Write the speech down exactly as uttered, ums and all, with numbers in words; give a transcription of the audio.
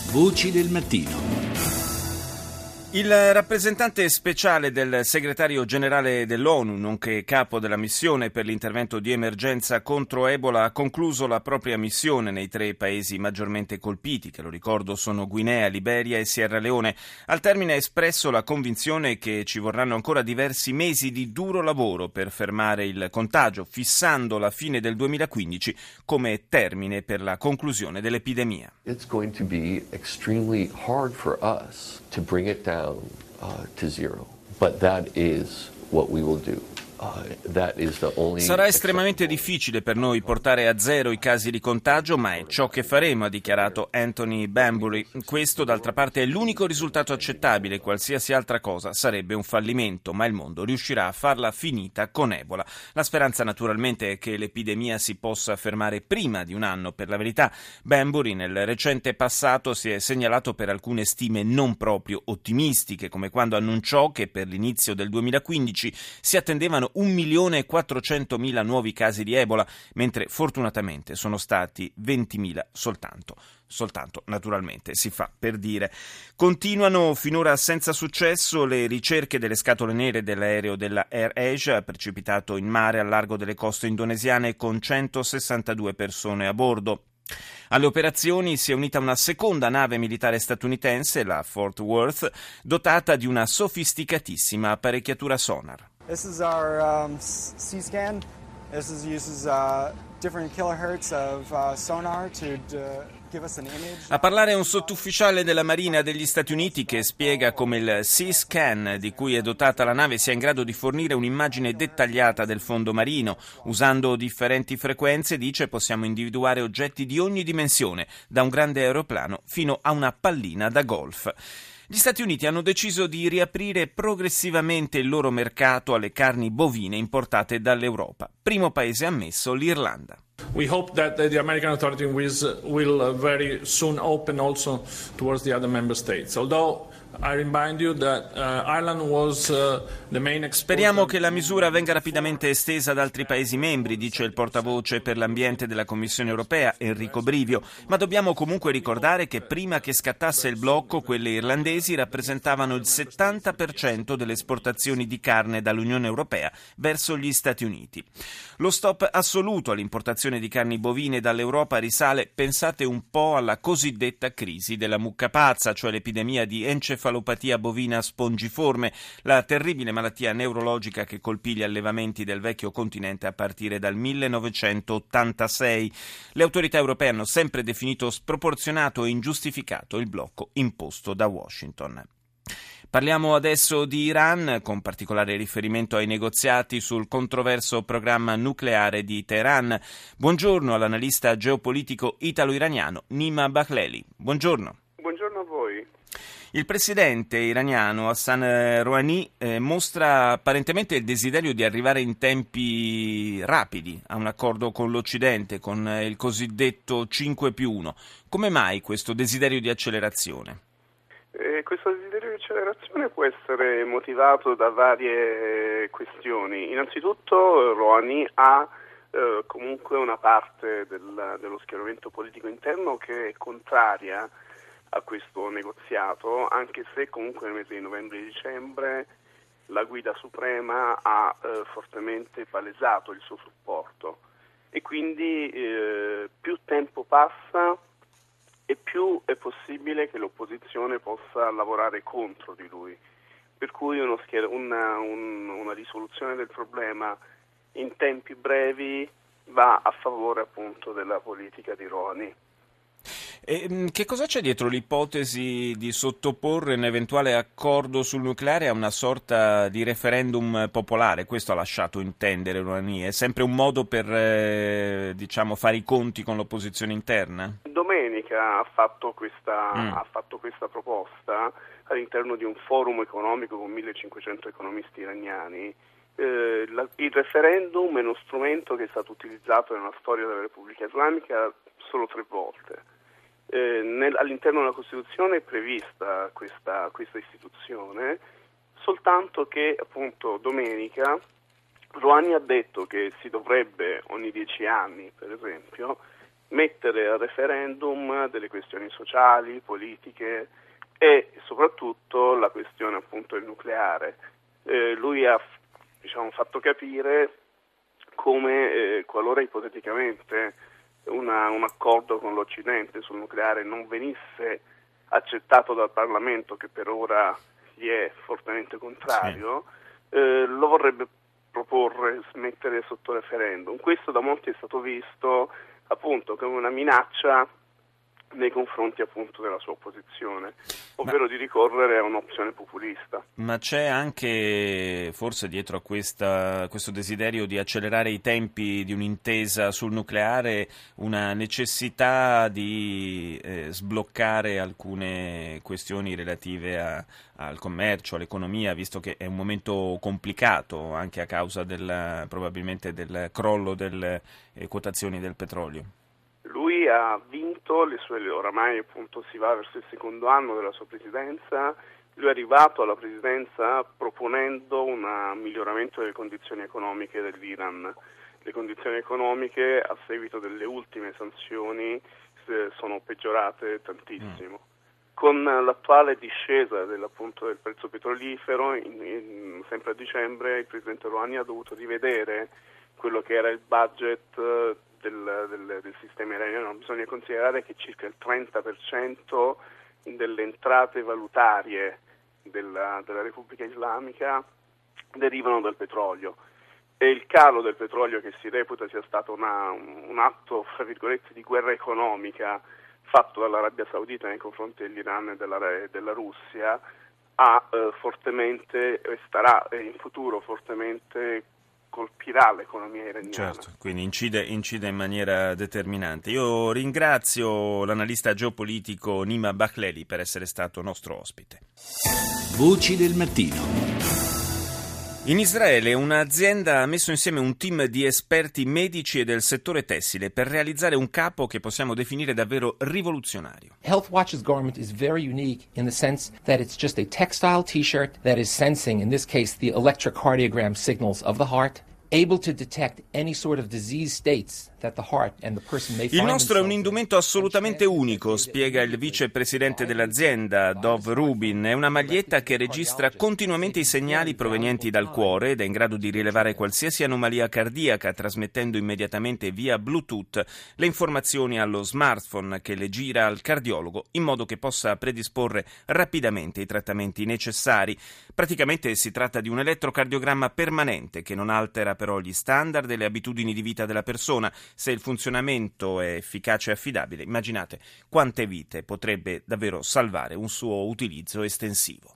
Voci del mattino. Il rappresentante speciale del segretario generale dell'ONU, nonché capo della missione per l'intervento di emergenza contro Ebola, ha concluso la propria missione nei tre paesi maggiormente colpiti, che lo ricordo sono Guinea, Liberia e Sierra Leone. Al termine ha espresso la convinzione che ci vorranno ancora diversi mesi di duro lavoro per fermare il contagio, fissando la fine del duemilaquindici come termine per la conclusione dell'epidemia. It's going to be extremely hard for us to bring it down uh, to zero, but that is what we will do. Uh, that is the only Sarà estremamente difficile per noi portare a zero i casi di contagio, ma è ciò che faremo, ha dichiarato Anthony Banbury. Questo, d'altra parte, è l'unico risultato accettabile. Qualsiasi altra cosa sarebbe un fallimento, ma il mondo riuscirà a farla finita con Ebola. La speranza, naturalmente, è che l'epidemia si possa fermare prima di un anno. Per la verità, Banbury nel recente passato si è segnalato per alcune stime non proprio ottimistiche, come quando annunciò che per l'inizio del duemilaquindici si attendevano un milione e quattrocentomila nuovi casi di Ebola, mentre fortunatamente sono stati ventimila soltanto. Soltanto, naturalmente, si fa per dire. Continuano finora senza successo le ricerche delle scatole nere dell'aereo della AirAsia, precipitato in mare al largo delle coste indonesiane con centosessantadue persone a bordo. Alle operazioni si è unita una seconda nave militare statunitense, la Fort Worth, dotata di una sofisticatissima apparecchiatura sonar. This is our um, C-scan. This is, uses uh, different kilohertz of uh, sonar to uh, give us an image. A parlare è un sottufficiale della Marina degli Stati Uniti che spiega come il C-scan di cui è dotata la nave sia in grado di fornire un'immagine dettagliata del fondo marino. Usando differenti frequenze, dice, possiamo individuare oggetti di ogni dimensione, da un grande aeroplano fino a una pallina da golf. Gli Stati Uniti hanno deciso di riaprire progressivamente il loro mercato alle carni bovine importate dall'Europa. Primo paese ammesso, l'Irlanda. We hope that the American authorities will very soon open also towards the other member states. Although I remind you that uh, Ireland was uh, the main exporter. Speriamo che la misura venga rapidamente estesa ad altri Paesi membri, dice il portavoce per l'ambiente della Commissione europea, Enrico Brivio, ma dobbiamo comunque ricordare che prima che scattasse il blocco, quelle irlandesi rappresentavano il settanta per cento delle esportazioni di carne dall'Unione europea verso gli Stati Uniti. Lo stop assoluto all'importazione di carni bovine dall'Europa risale, pensate un po', alla cosiddetta crisi della mucca pazza, cioè l'epidemia di encefalopatia bovina spongiforme, la terribile malattia neurologica che colpì gli allevamenti del vecchio continente a partire dal millenovecentottantasei. Le autorità europee hanno sempre definito sproporzionato e ingiustificato il blocco imposto da Washington. Parliamo adesso di Iran, con particolare riferimento ai negoziati sul controverso programma nucleare di Teheran. Buongiorno all'analista geopolitico italo-iraniano Nima Bahleli. Buongiorno. Buongiorno a voi. Il presidente iraniano Hassan Rouhani eh, mostra apparentemente il desiderio di arrivare in tempi rapidi a un accordo con l'Occidente, con il cosiddetto cinque più uno. Come mai questo desiderio di accelerazione? Eh, questo desiderio di accelerazione può essere motivato da varie questioni. Innanzitutto Rouhani ha eh, comunque una parte del, dello schieramento politico interno che è contraria a questo negoziato, anche se comunque nel mese di novembre e dicembre la guida suprema ha eh, fortemente palesato il suo supporto e quindi eh, più tempo passa e più è possibile che l'opposizione possa lavorare contro di lui, per cui uno schier- una, un, una risoluzione del problema in tempi brevi va a favore appunto della politica di Rouhani. E che cosa c'è dietro l'ipotesi di sottoporre un eventuale accordo sul nucleare a una sorta di referendum popolare? Questo ha lasciato intendere Rouhani. È sempre un modo per eh, diciamo fare i conti con l'opposizione interna? Domenica ha fatto questa, mm. ha fatto questa proposta all'interno di un forum economico con millecinquecento economisti iraniani. Eh, la, il referendum è uno strumento che è stato utilizzato nella storia della Repubblica Islamica solo tre volte. Eh, nel, all'interno della Costituzione è prevista questa, questa istituzione, soltanto che appunto domenica Rouhani ha detto che si dovrebbe ogni dieci anni, per esempio, mettere al referendum delle questioni sociali, politiche e soprattutto la questione appunto del nucleare. Eh, lui ha diciamo, fatto capire come eh, qualora ipoteticamente una, un accordo con l'Occidente sul nucleare non venisse accettato dal Parlamento, che per ora gli è fortemente contrario, sì. eh, lo vorrebbe proporre, mettere sotto referendum. Questo da molti è stato visto appunto come una minaccia nei confronti appunto della sua opposizione, ovvero ma, di ricorrere a un'opzione populista. Ma c'è anche forse dietro a questa, questo desiderio di accelerare i tempi di un'intesa sul nucleare una necessità di eh, sbloccare alcune questioni relative a, al commercio, all'economia, visto che è un momento complicato anche a causa del, probabilmente del crollo delle eh, quotazioni del petrolio. Lui ha vinto le sue, oramai appunto si va verso il secondo anno della sua presidenza, lui è arrivato alla presidenza proponendo un miglioramento delle condizioni economiche dell'Iran. Le condizioni economiche a seguito delle ultime sanzioni sono peggiorate tantissimo. Mm. Con l'attuale discesa del, appunto, del prezzo petrolifero, in, in, sempre a dicembre il presidente Rouhani ha dovuto rivedere quello che era il budget Del, del, del sistema iraniano. Bisogna considerare che circa il trenta per cento delle entrate valutarie della, della Repubblica Islamica derivano dal petrolio e il calo del petrolio, che si reputa sia stato una, un atto fra virgolette di guerra economica fatto dall'Arabia Saudita nei confronti dell'Iran e della, della Russia, ha eh, fortemente e starà eh, in futuro fortemente colpirà l'economia iraniana. Certo, quindi incide, incide in maniera determinante. Io ringrazio l'analista geopolitico Nima Bakhleli per essere stato nostro ospite. Voci del mattino. In Israele un'azienda ha messo insieme un team di esperti medici e del settore tessile per realizzare un capo che possiamo definire davvero rivoluzionario. HealthWatch's garment is very unique in the sense that it's just a textile t-shirt that is sensing, in this case, the electrocardiogram signals of the heart, able to detect any sort of disease states that the heart and the person may find. Il nostro è un indumento assolutamente unico, spiega il vicepresidente dell'azienda, Dov Rubin. È una maglietta che registra continuamente i segnali provenienti dal cuore ed è in grado di rilevare qualsiasi anomalia cardiaca, trasmettendo immediatamente via Bluetooth le informazioni allo smartphone che le gira al cardiologo in modo che possa predisporre rapidamente i trattamenti necessari. Praticamente si tratta di un elettrocardiogramma permanente che non altera però gli standard e le abitudini di vita della persona. Se il funzionamento è efficace e affidabile, immaginate quante vite potrebbe davvero salvare un suo utilizzo estensivo.